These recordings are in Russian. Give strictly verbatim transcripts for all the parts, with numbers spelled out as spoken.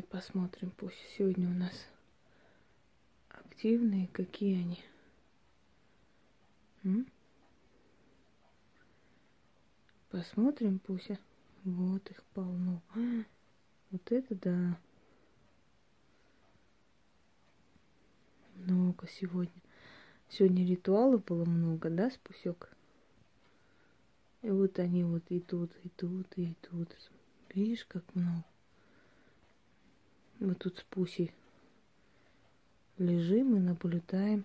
посмотрим, пусть сегодня у нас активные, какие они. М? Посмотрим, Пуся. Вот их полно. А, вот это да. Много сегодня. Сегодня ритуалов было много, да, Спусек? И вот они вот идут, идут, и идут. Видишь, как много. Мы тут с Пусей лежим и наблюдаем.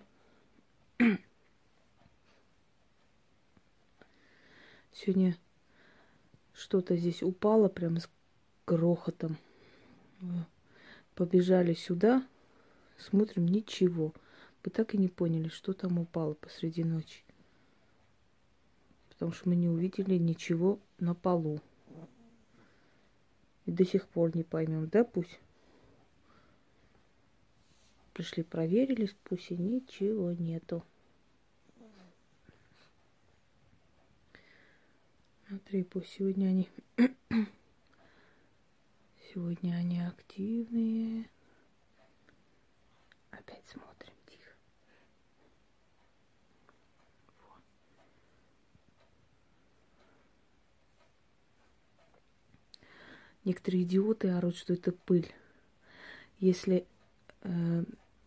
Сегодня что-то здесь упало прям с грохотом. Побежали сюда, смотрим, ничего. Мы так и не поняли, что там упало посреди ночи. Потому что мы не увидели ничего на полу. И до сих пор не поймем, да, Пусть? Пришли, проверили, с Пусей ничего нету. Смотри, Пусть, сегодня они... Сегодня они активные. Опять смотрим, тихо. Вот. Некоторые идиоты орут, что это пыль. Если э,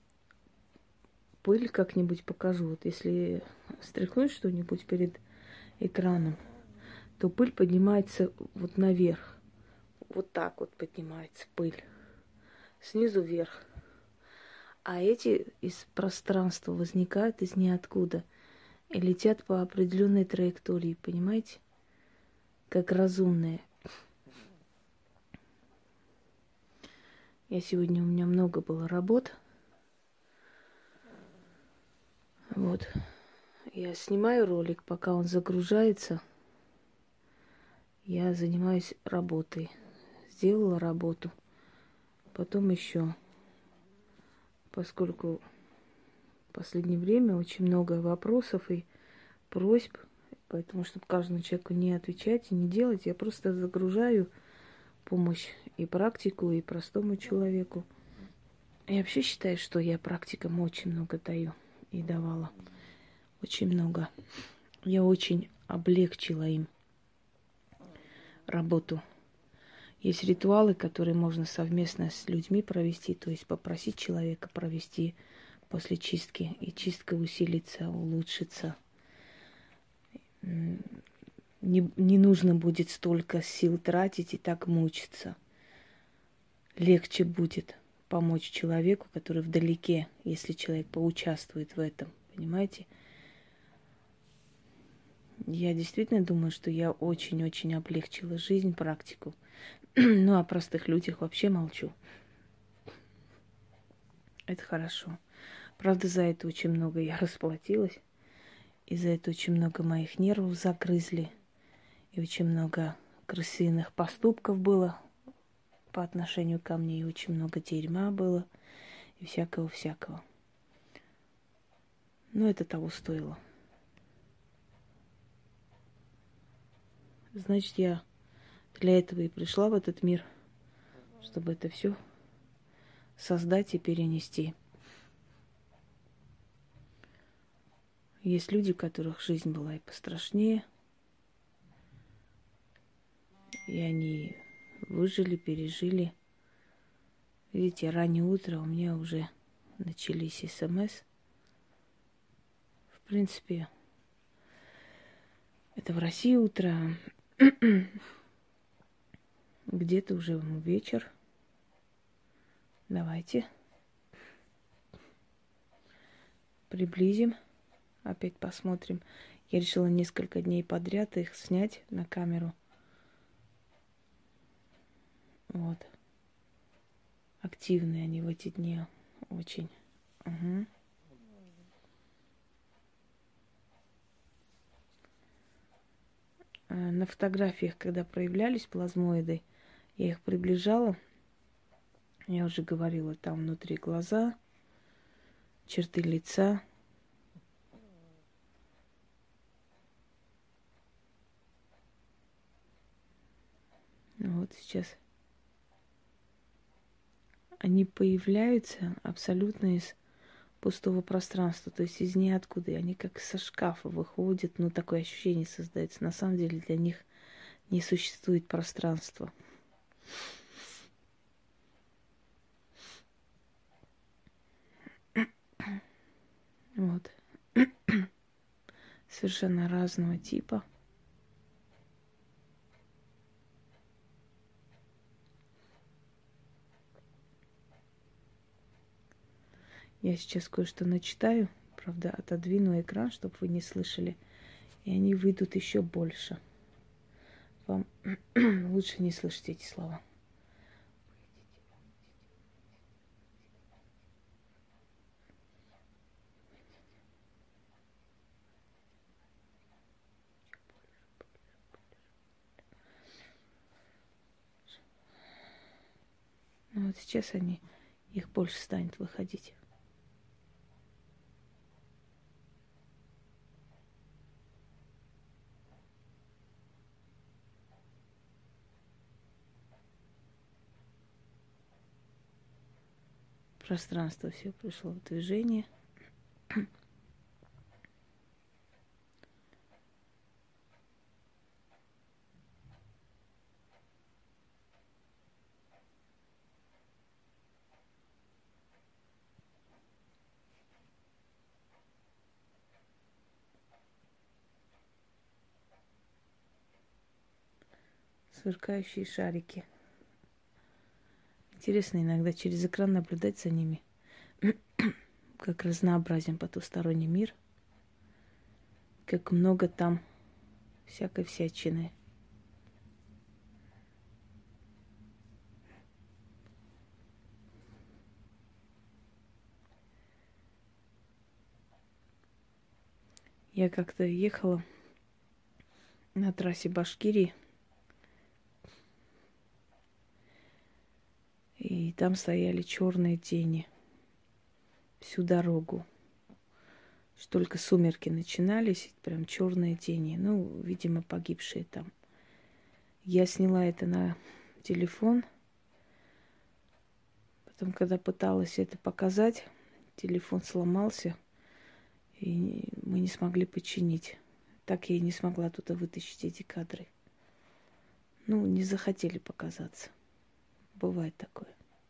пыль как-нибудь покажу, вот если стряхнуть что-нибудь перед экраном, то пыль поднимается вот наверх. Вот так вот поднимается пыль. Снизу вверх. А эти из пространства возникают из ниоткуда и летят по определенной траектории, понимаете? Как разумные. Я сегодня, у меня много было работ. Вот. Я снимаю ролик, пока он загружается. Я занимаюсь работой. Сделала работу. Потом еще. Поскольку в последнее время очень много вопросов и просьб. Поэтому, чтобы каждому человеку не отвечать и не делать, я просто загружаю помощь и практику, и простому человеку. Я вообще считаю, что я практикам очень много даю и давала. Очень много. Я очень облегчила им работу. Есть ритуалы, которые можно совместно с людьми провести, то есть попросить человека провести после чистки, и чистка усилится, улучшится. Не, не нужно будет столько сил тратить и так мучиться. Легче будет помочь человеку, который вдалеке, если человек поучаствует в этом. Понимаете? Я действительно думаю, что я очень-очень облегчила жизнь, практику. Ну, о простых людях вообще молчу. Это хорошо. Правда, за это очень много я расплатилась. И за это очень много моих нервов загрызли. И очень много крысиных поступков было по отношению ко мне. И очень много дерьма было. И всякого-всякого. Но это того стоило. Значит, я для этого и пришла в этот мир, чтобы это все создать и перенести. Есть люди, у которых жизнь была и пострашнее, и они выжили, пережили. Видите, раннее утро, у меня уже начались СМС. В принципе, это в России утро, где-то уже вечер. Давайте приблизим, опять посмотрим. Я решила несколько дней подряд их снять на камеру. Вот. Активные они в эти дни очень. Угу. На фотографиях, когда проявлялись плазмоиды, я их приближала. Я уже говорила, там внутри глаза, черты лица. Вот сейчас они появляются абсолютно из пустого пространства, то есть из ниоткуда. И они как со шкафа выходят, ну, такое ощущение создается. На самом деле для них не существует пространства. Вот. Совершенно разного типа. Я сейчас кое-что начитаю, правда, отодвину экран, чтобы вы не слышали, и они выйдут еще больше. Вам лучше не слышать эти слова. Ну вот сейчас они, их больше станет выходить. Пространство все пришло в движение. Сверкающие шарики. Интересно иногда через экран наблюдать за ними, как разнообразен потусторонний мир, как много там всякой всячины. Я как-то ехала на трассе Башкирии, и там стояли черные тени всю дорогу. Что только сумерки начинались, прям черные тени. Ну, видимо, погибшие там. Я сняла это на телефон. Потом, когда пыталась это показать, телефон сломался, и мы не смогли починить. Так я и не смогла туда вытащить эти кадры. Ну, не захотели показаться. Бывает такое.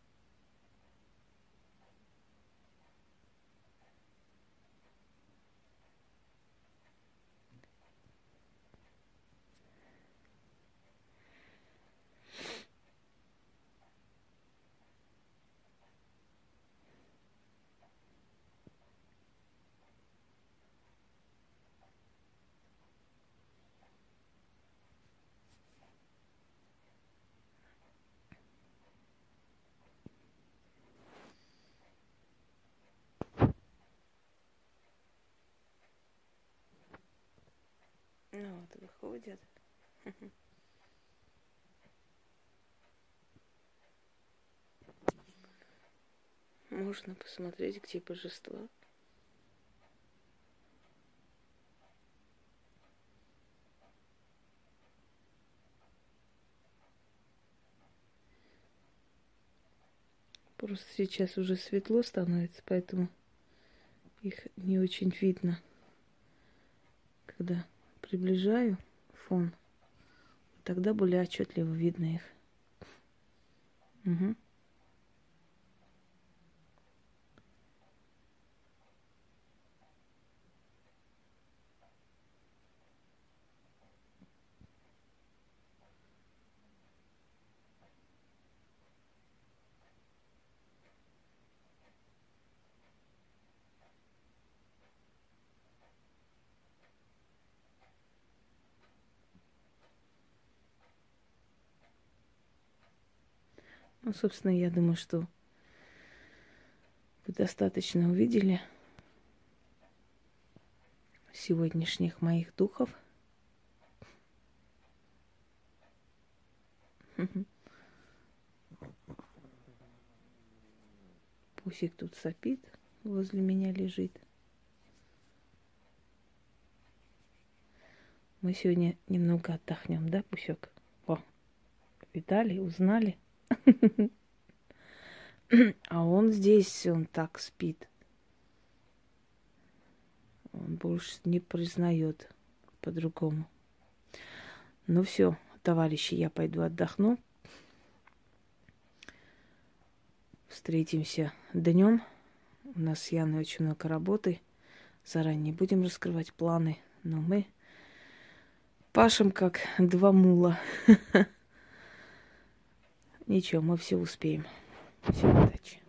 Ну вот, выходят. Можно посмотреть, где божества. Просто сейчас уже светло становится, поэтому их не очень видно. Когда приближаю фон, тогда более отчетливо видно их. Угу. Ну, собственно, я думаю, что вы достаточно увидели сегодняшних моих духов. Пусик тут сопит, возле меня лежит. Мы сегодня немного отдохнем, да, Пусек? О, видали, узнали. А он здесь, он так спит. Он больше не признает по-другому. Ну все, товарищи, я пойду отдохну. Встретимся днем. У нас с Яной очень много работы. Заранее не будем раскрывать планы, но мы пашем как два мула. Ничего, мы все успеем. Всем удачи.